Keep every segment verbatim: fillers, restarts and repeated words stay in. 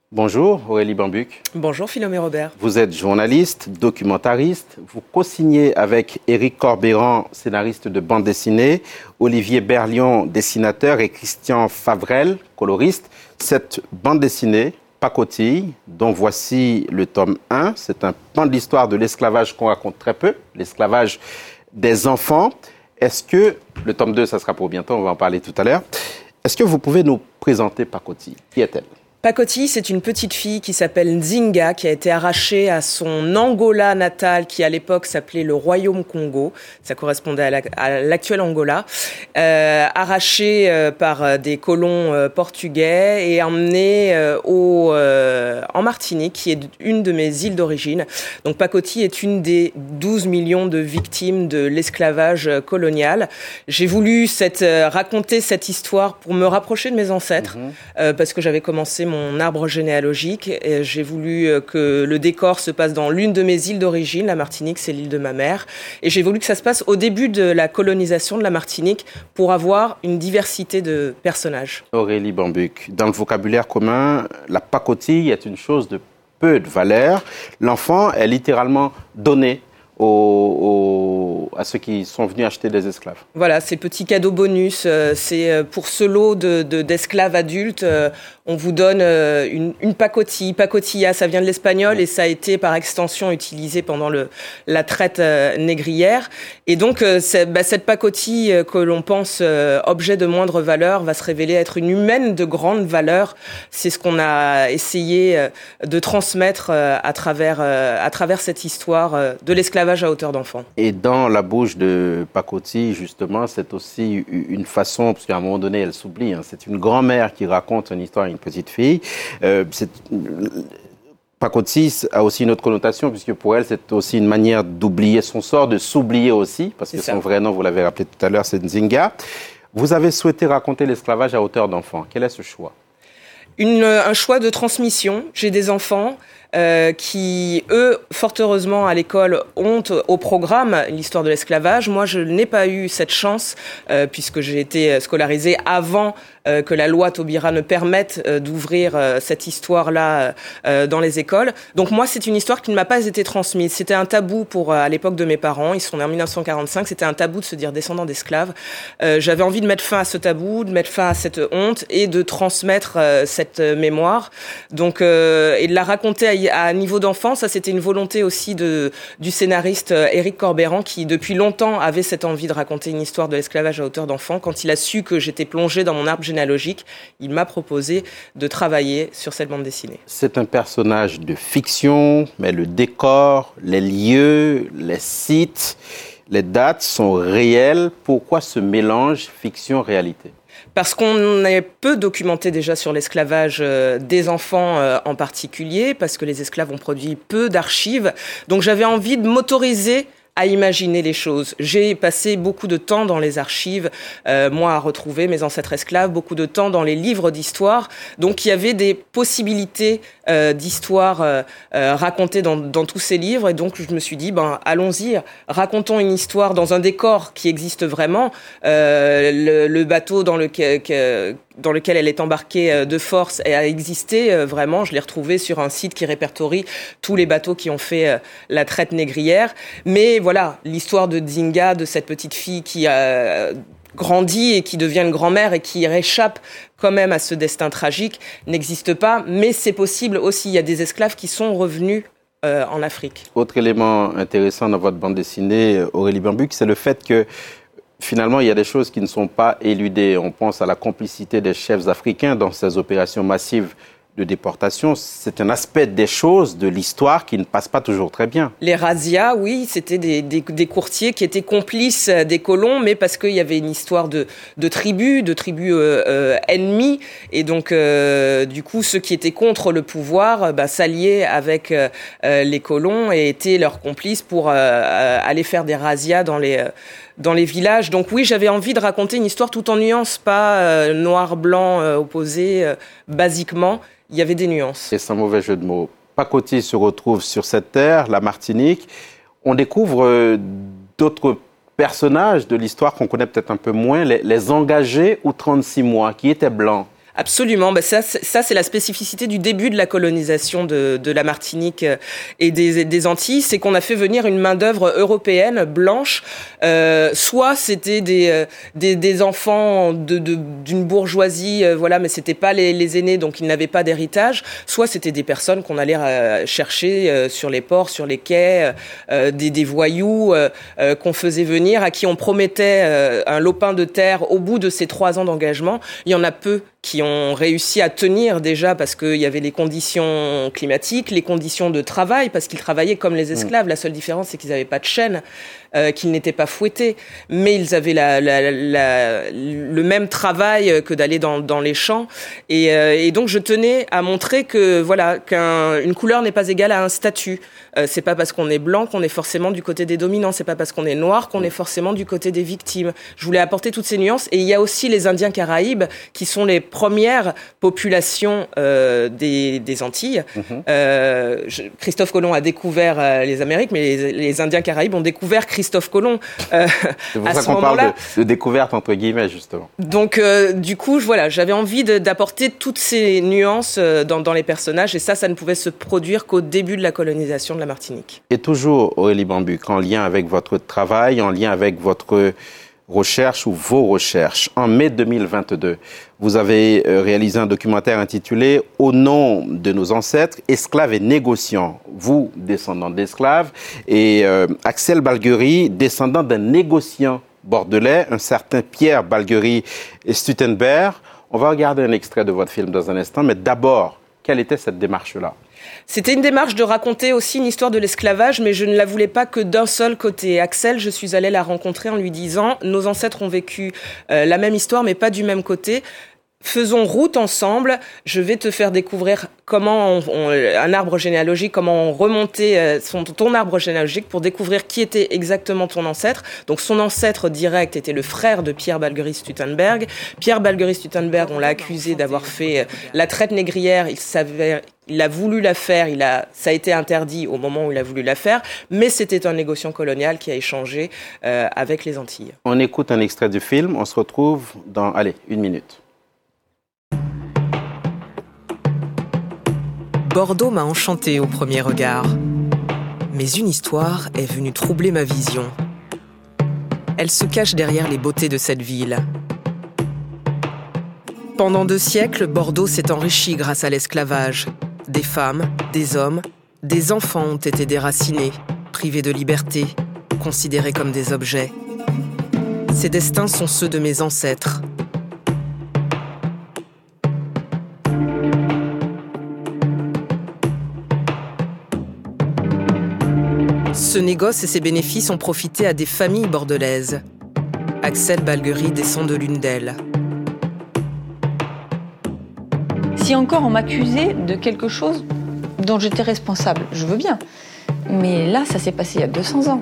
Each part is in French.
Bonjour Aurélie Bambuc. Bonjour Philomé Robert. Vous êtes journaliste, documentariste. Vous co-signez avec Éric Corbeyran, scénariste de bande dessinée, Olivier Berlion, dessinateur, et Christian Favrel, coloriste, cette bande dessinée, Pacotille, dont voici le tome un. C'est un pan de l'histoire de l'esclavage qu'on raconte très peu, l'esclavage des enfants. Est-ce que, le tome deux, ça sera pour bientôt, on va en parler tout à l'heure. Est-ce que vous pouvez nous présenter Pacotille? Qui est-elle? Pacotille, c'est une petite fille qui s'appelle Nzinga, qui a été arrachée à son Angola natal, qui à l'époque s'appelait le Royaume Congo. Ça correspondait à, la, à l'actuel Angola. Euh, arrachée euh, par des colons euh, portugais et emmenée euh, au, euh, en Martinique, qui est une de mes îles d'origine. Donc Pacotille est une des douze millions de victimes de l'esclavage colonial. J'ai voulu cette, euh, raconter cette histoire pour me rapprocher de mes ancêtres, mmh. euh, parce que j'avais commencé mon arbre généalogique. Et j'ai voulu que le décor se passe dans l'une de mes îles d'origine. La Martinique, c'est l'île de ma mère. Et j'ai voulu que ça se passe au début de la colonisation de la Martinique pour avoir une diversité de personnages. Aurélie Bambuc, dans le vocabulaire commun, la pacotille est une chose de peu de valeur. L'enfant est littéralement donné Aux, aux, à ceux qui sont venus acheter des esclaves. Voilà, ces petits cadeaux bonus, euh, c'est pour ce lot de, de, d'esclaves adultes, euh, on vous donne euh, une, une pacotille. Pacotilla, ça vient de l'espagnol mmh. et ça a été par extension utilisé pendant le, la traite euh, négrière. Et donc, euh, bah, cette pacotille euh, que l'on pense euh, objet de moindre valeur va se révéler être une humaine de grande valeur. C'est ce qu'on a essayé euh, de transmettre euh, à, travers, euh, à travers cette histoire euh, de l'esclavage à hauteur d'enfant. Et dans la bouche de Pacotille, justement, c'est aussi une façon, parce qu'à un moment donné, elle s'oublie, hein, c'est une grand-mère qui raconte une histoire à une petite fille. Euh, c'est... Pacotille a aussi une autre connotation, puisque pour elle, c'est aussi une manière d'oublier son sort, de s'oublier aussi, parce c'est que ça. Son vrai nom, vous l'avez rappelé tout à l'heure, c'est Nzinga. Vous avez souhaité raconter l'esclavage à hauteur d'enfant. Quel est ce choix? Une, un choix de transmission. J'ai des enfants euh, qui, eux, fort heureusement, à l'école, ont au programme l'histoire de l'esclavage. Moi, je n'ai pas eu cette chance, euh, puisque j'ai été scolarisée avant euh, que la loi Taubira ne permette euh, d'ouvrir euh, cette histoire-là euh, dans les écoles. Donc moi, c'est une histoire qui ne m'a pas été transmise. C'était un tabou pour, euh, à l'époque de mes parents. Ils sont nés en dix-neuf cent quarante-cinq. C'était un tabou de se dire descendant d'esclaves. Euh, j'avais envie de mettre fin à ce tabou, de mettre fin à cette honte et de transmettre euh, cette mémoire. Donc, euh, et de la raconter à, à niveau d'enfant, ça c'était une volonté aussi de, du scénariste euh, Éric Corbeyran, qui depuis longtemps avait cette envie de raconter une histoire de l'esclavage à hauteur d'enfant. Quand il a su que j'étais plongée dans mon arbre généalogique, il m'a proposé de travailler sur cette bande dessinée. C'est un personnage de fiction, mais le décor, les lieux, les sites, les dates sont réels. Pourquoi ce mélange fiction-réalité ? Parce qu'on est peu documenté déjà sur l'esclavage euh, des enfants euh, en particulier, parce que les esclaves ont produit peu d'archives. Donc j'avais envie de m'autoriser à imaginer les choses. J'ai passé beaucoup de temps dans les archives, euh, moi à retrouver mes ancêtres esclaves, beaucoup de temps dans les livres d'histoire. Donc il y avait des possibilités euh, d'histoire euh, euh, racontées dans, dans tous ces livres. Et donc je me suis dit, ben allons-y, racontons une histoire dans un décor qui existe vraiment. Euh, le, le bateau dans lequel... Que, dans lequel elle est embarquée de force et a existé vraiment. Je l'ai retrouvé sur un site qui répertorie tous les bateaux qui ont fait la traite négrière. Mais voilà, l'histoire de Nzinga, de cette petite fille qui a grandi et qui devient une grand-mère et qui réchappe quand même à ce destin tragique, n'existe pas. Mais c'est possible aussi. Il y a des esclaves qui sont revenus euh, en Afrique. Autre élément intéressant dans votre bande dessinée, Aurélie Bambuc, c'est le fait que finalement, il y a des choses qui ne sont pas éludées. On pense à la complicité des chefs africains dans ces opérations massives de déportation. C'est un aspect des choses, de l'histoire, qui ne passe pas toujours très bien. Les razzias, oui, c'était des, des, des courtiers qui étaient complices des colons, mais parce qu'il y avait une histoire de, de tribus, de tribus euh, euh, ennemies. Et donc, euh, du coup, ceux qui étaient contre le pouvoir bah, s'alliaient avec euh, les colons et étaient leurs complices pour euh, aller faire des razzias dans les... Euh, dans les villages. Donc oui, j'avais envie de raconter une histoire tout en nuances, pas euh, noir-blanc euh, opposé, euh, basiquement. Il y avait des nuances. Et sans mauvais jeu de mots, Pacotille se retrouve sur cette terre, la Martinique. On découvre euh, d'autres personnages de l'histoire qu'on connaît peut-être un peu moins, les, les engagés ou trente-six mois, qui étaient blancs. Absolument. Ben ça, c'est, ça, c'est la spécificité du début de la colonisation de, de la Martinique et des, des Antilles, c'est qu'on a fait venir une main-d'œuvre européenne, blanche. Euh, soit c'était des, des, des enfants de, de, d'une bourgeoisie, euh, voilà, mais c'était pas les, les aînés, donc ils n'avaient pas d'héritage. Soit c'était des personnes qu'on allait euh, chercher euh, sur les ports, sur les quais, euh, des, des voyous euh, euh, qu'on faisait venir, à qui on promettait euh, un lopin de terre au bout de ces trois ans d'engagement. Il y en a peu qui ont réussi à tenir déjà parce qu'il y avait les conditions climatiques, les conditions de travail, parce qu'ils travaillaient comme les esclaves. La seule différence, c'est qu'ils n'avaient pas de chaîne, euh, qu'ils n'étaient pas fouettés, mais ils avaient la, la, la, le même travail que d'aller dans, dans les champs. Et, euh, et donc, je tenais à montrer que voilà, qu'une couleur n'est pas égale à un statut. Euh, c'est pas parce qu'on est blanc qu'on est forcément du côté des dominants. C'est pas parce qu'on est noir qu'on est forcément du côté des victimes. Je voulais apporter toutes ces nuances. Et il y a aussi les Indiens Caraïbes qui sont les premières populations euh, des, des Antilles. Mmh. Euh, je, Christophe Colomb a découvert euh, les Amériques, mais les, les Indiens Caraïbes ont découvert Christophe Colomb. Euh, c'est pour ça qu'on parle de, de découverte entre guillemets, justement. Donc, euh, du coup, voilà, j'avais envie de, d'apporter toutes ces nuances euh, dans, dans les personnages, et ça, ça ne pouvait se produire qu'au début de la colonisation de la Martinique. Et toujours, Aurélie Bambuck, en lien avec votre travail, en lien avec votre recherche ou vos recherches, en mai deux mille vingt-deux, vous avez réalisé un documentaire intitulé « Au nom de nos ancêtres, esclaves et négociants ». Vous, descendant d'esclaves, et euh, Axel Balguerie, descendant d'un négociant bordelais, un certain Pierre Balguerie Stuttenberg. On va regarder un extrait de votre film dans un instant, mais d'abord, quelle était cette démarche-là ? C'était une démarche de raconter aussi une histoire de l'esclavage, mais je ne la voulais pas que d'un seul côté. Axel, je suis allée la rencontrer en lui disant « Nos ancêtres ont vécu euh, la même histoire, mais pas du même côté. Faisons route ensemble, je vais te faire découvrir comment on, on, un arbre généalogique, comment on remontait euh, son, ton arbre généalogique pour découvrir qui était exactement ton ancêtre. » Donc son ancêtre direct était le frère de Pierre Balguerie Stuttenberg. Pierre Balguerie Stuttenberg, on l'a accusé d'avoir fait la traite négrière. Il savait... Il a voulu la faire, il a, ça a été interdit au moment où il a voulu la faire, mais c'était un négociant colonial qui a échangé euh, avec les Antilles. On écoute un extrait du film, on se retrouve dans, allez, une minute. Bordeaux m'a enchanté au premier regard, mais une histoire est venue troubler ma vision. Elle se cache derrière les beautés de cette ville. Pendant deux siècles, Bordeaux s'est enrichi grâce à l'esclavage. Des femmes, des hommes, des enfants ont été déracinés, privés de liberté, considérés comme des objets. Ces destins sont ceux de mes ancêtres. Ce négoce et ses bénéfices ont profité à des familles bordelaises. Axel Balguerie descend de l'une d'elles. Si encore on m'accusait de quelque chose dont j'étais responsable, je veux bien. Mais là, ça s'est passé il y a deux cents ans.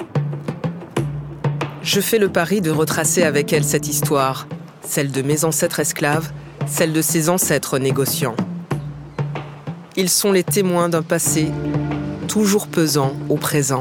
Je fais le pari de retracer avec elle cette histoire, celle de mes ancêtres esclaves, celle de ses ancêtres négociants. Ils sont les témoins d'un passé toujours pesant au présent.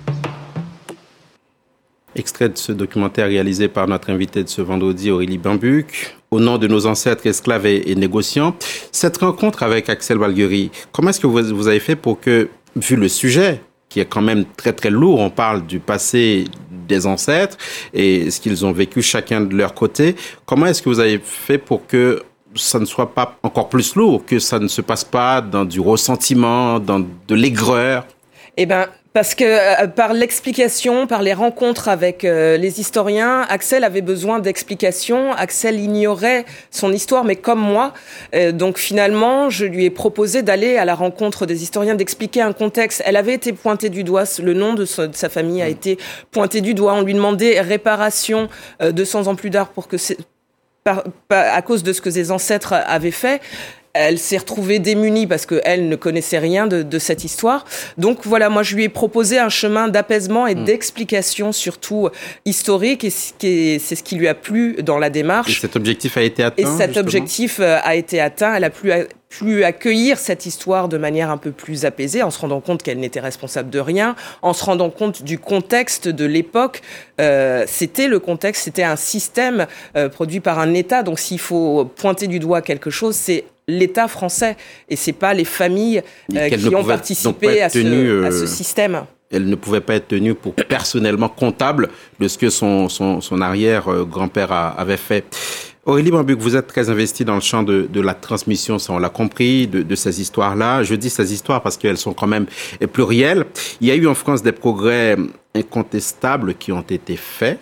Extrait de ce documentaire réalisé par notre invitée de ce vendredi, Aurélie Bambuck, au nom de nos ancêtres esclaves et, et négociants. Cette rencontre avec Axel Balguerie, comment est-ce que vous, vous avez fait pour que, vu le sujet, qui est quand même très très lourd, on parle du passé des ancêtres et ce qu'ils ont vécu chacun de leur côté, comment est-ce que vous avez fait pour que ça ne soit pas encore plus lourd, que ça ne se passe pas dans du ressentiment, dans de l'aigreur? Eh ben, parce que euh, par l'explication, par les rencontres avec euh, les historiens, Axel avait besoin d'explications. Axel ignorait son histoire, mais comme moi. Euh, donc finalement, je lui ai proposé d'aller à la rencontre des historiens, d'expliquer un contexte. Elle avait été pointée du doigt, le nom de, so, de sa famille a été pointé du doigt. On lui demandait réparation euh, deux cents ans plus tard pour que c'est, par, par, à cause de ce que ses ancêtres avaient fait. Elle s'est retrouvée démunie parce qu'elle ne connaissait rien de, de cette histoire. Donc voilà, moi je lui ai proposé un chemin d'apaisement et mmh. d'explication, surtout historique, et c'est ce qui lui a plu dans la démarche. Et cet objectif a été atteint? Et cet justement. objectif a été atteint. Elle a pu, pu accueillir cette histoire de manière un peu plus apaisée, en se rendant compte qu'elle n'était responsable de rien, en se rendant compte du contexte de l'époque. Euh, c'était le contexte, c'était un système euh, produit par un État. Donc s'il faut pointer du doigt quelque chose, c'est l'État français et c'est pas les familles euh, qui ont participé à ce, euh... à ce système. Elle ne pouvait pas être tenue pour personnellement comptable de ce que son, son, son arrière-grand-père a, avait fait. Aurélie Bambuck, vous êtes très investie dans le champ de, de la transmission, ça on l'a compris, de, de ces histoires-là. Je dis ces histoires parce qu'elles sont quand même plurielles. Il y a eu en France des progrès incontestables qui ont été faits.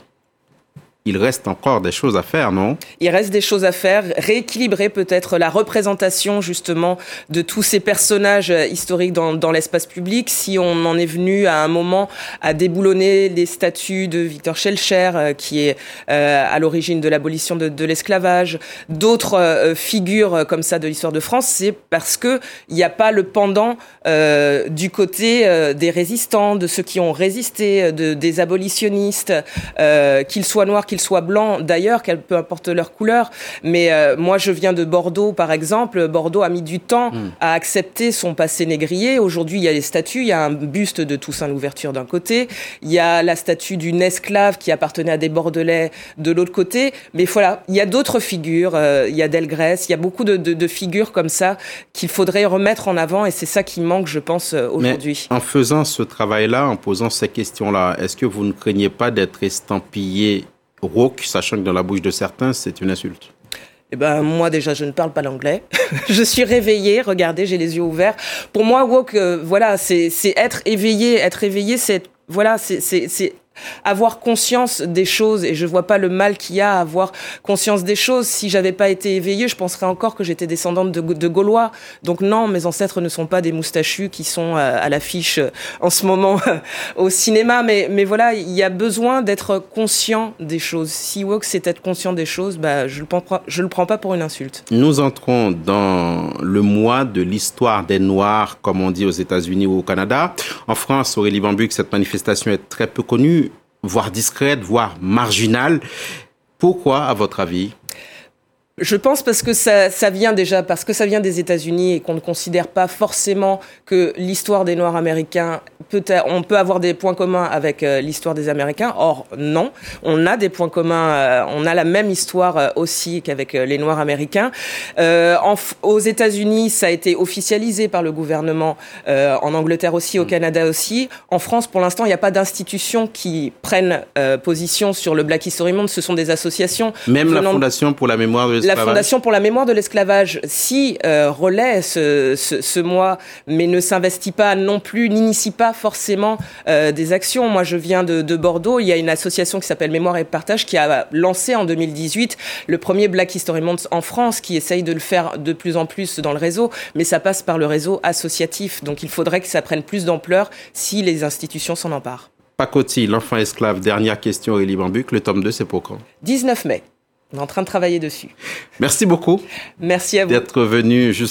Il reste encore des choses à faire, non ? Il reste des choses à faire, rééquilibrer peut-être la représentation justement de tous ces personnages historiques dans, dans l'espace public. Si on en est venu à un moment à déboulonner les statues de Victor Schellcher, qui est euh, à l'origine de l'abolition de, de l'esclavage, d'autres euh, figures comme ça de l'histoire de France, c'est parce que il n'y a pas le pendant euh, du côté euh, des résistants, de ceux qui ont résisté, de, des abolitionnistes, euh, qu'ils soient noirs, qu'ils soient blancs d'ailleurs, peu importe leur couleur. Mais euh, moi, je viens de Bordeaux, par exemple. Bordeaux a mis du temps mmh. à accepter son passé négrier. Aujourd'hui, il y a les statues. Il y a un buste de Toussaint Louverture d'un côté. Il y a la statue d'une esclave qui appartenait à des Bordelais de l'autre côté. Mais voilà, il y a d'autres figures. Euh, il y a Delgrès. Il y a beaucoup de, de, de figures comme ça qu'il faudrait remettre en avant. Et c'est ça qui manque, je pense, aujourd'hui. Mais en faisant ce travail-là, en posant ces questions-là, est-ce que vous ne craignez pas d'être estampillé woke, sachant que dans la bouche de certains, c'est une insulte? Eh ben, moi, déjà, je ne parle pas l'anglais. Je suis réveillée. Regardez, j'ai les yeux ouverts. Pour moi, woke, euh, voilà, c'est, c'est être éveillé. Être éveillé, c'est, voilà, c'est, c'est, c'est avoir conscience des choses, et je vois pas le mal qu'il y a à avoir conscience des choses. Si j'avais pas été éveillée, je penserais encore que j'étais descendante de, de Gaulois. Donc non, mes ancêtres ne sont pas des moustachus qui sont à l'affiche en ce moment au cinéma. Mais, mais voilà, il y a besoin d'être conscient des choses. Si woke, c'est être conscient des choses, bah, je le prends, je le prends pas pour une insulte. Nous entrons dans le mois de l'histoire des Noirs, comme on dit aux États-Unis ou au Canada. En France, Aurélie Bambuck, cette manifestation est très peu connue, voire discrète, voire marginale. Pourquoi, à votre avis ? Je pense parce que ça, ça vient déjà, parce que ça vient des États-Unis et qu'on ne considère pas forcément que l'histoire des Noirs américains peut, on peut avoir des points communs avec euh, l'histoire des Américains. Or, non. On a des points communs, euh, on a la même histoire euh, aussi qu'avec euh, les Noirs américains. Euh, en, aux États-Unis, ça a été officialisé par le gouvernement, euh, en Angleterre aussi, au Canada aussi. En France, pour l'instant, il n'y a pas d'institutions qui prennent euh, position sur le Black History Month. Ce sont des associations. Même la Fondation pour la mémoire de l'esclavage. La Fondation pour la mémoire de l'esclavage, si euh, relaie ce, ce, ce mois, mais ne s'investit pas non plus, n'initie pas forcément euh, des actions. Moi, je viens de, de Bordeaux. Il y a une association qui s'appelle Mémoire et Partage qui a lancé en deux mille dix-huit le premier Black History Month en France, qui essaye de le faire de plus en plus dans le réseau, mais ça passe par le réseau associatif. Donc, il faudrait que ça prenne plus d'ampleur si les institutions s'en emparent. Pakoti, l'enfant esclave. Dernière question, Aurélie Bambuck. Le tome deux, c'est pour quand ? dix-neuf mai. On est en train de travailler dessus. Merci beaucoup. Merci à vous. D'être venu juste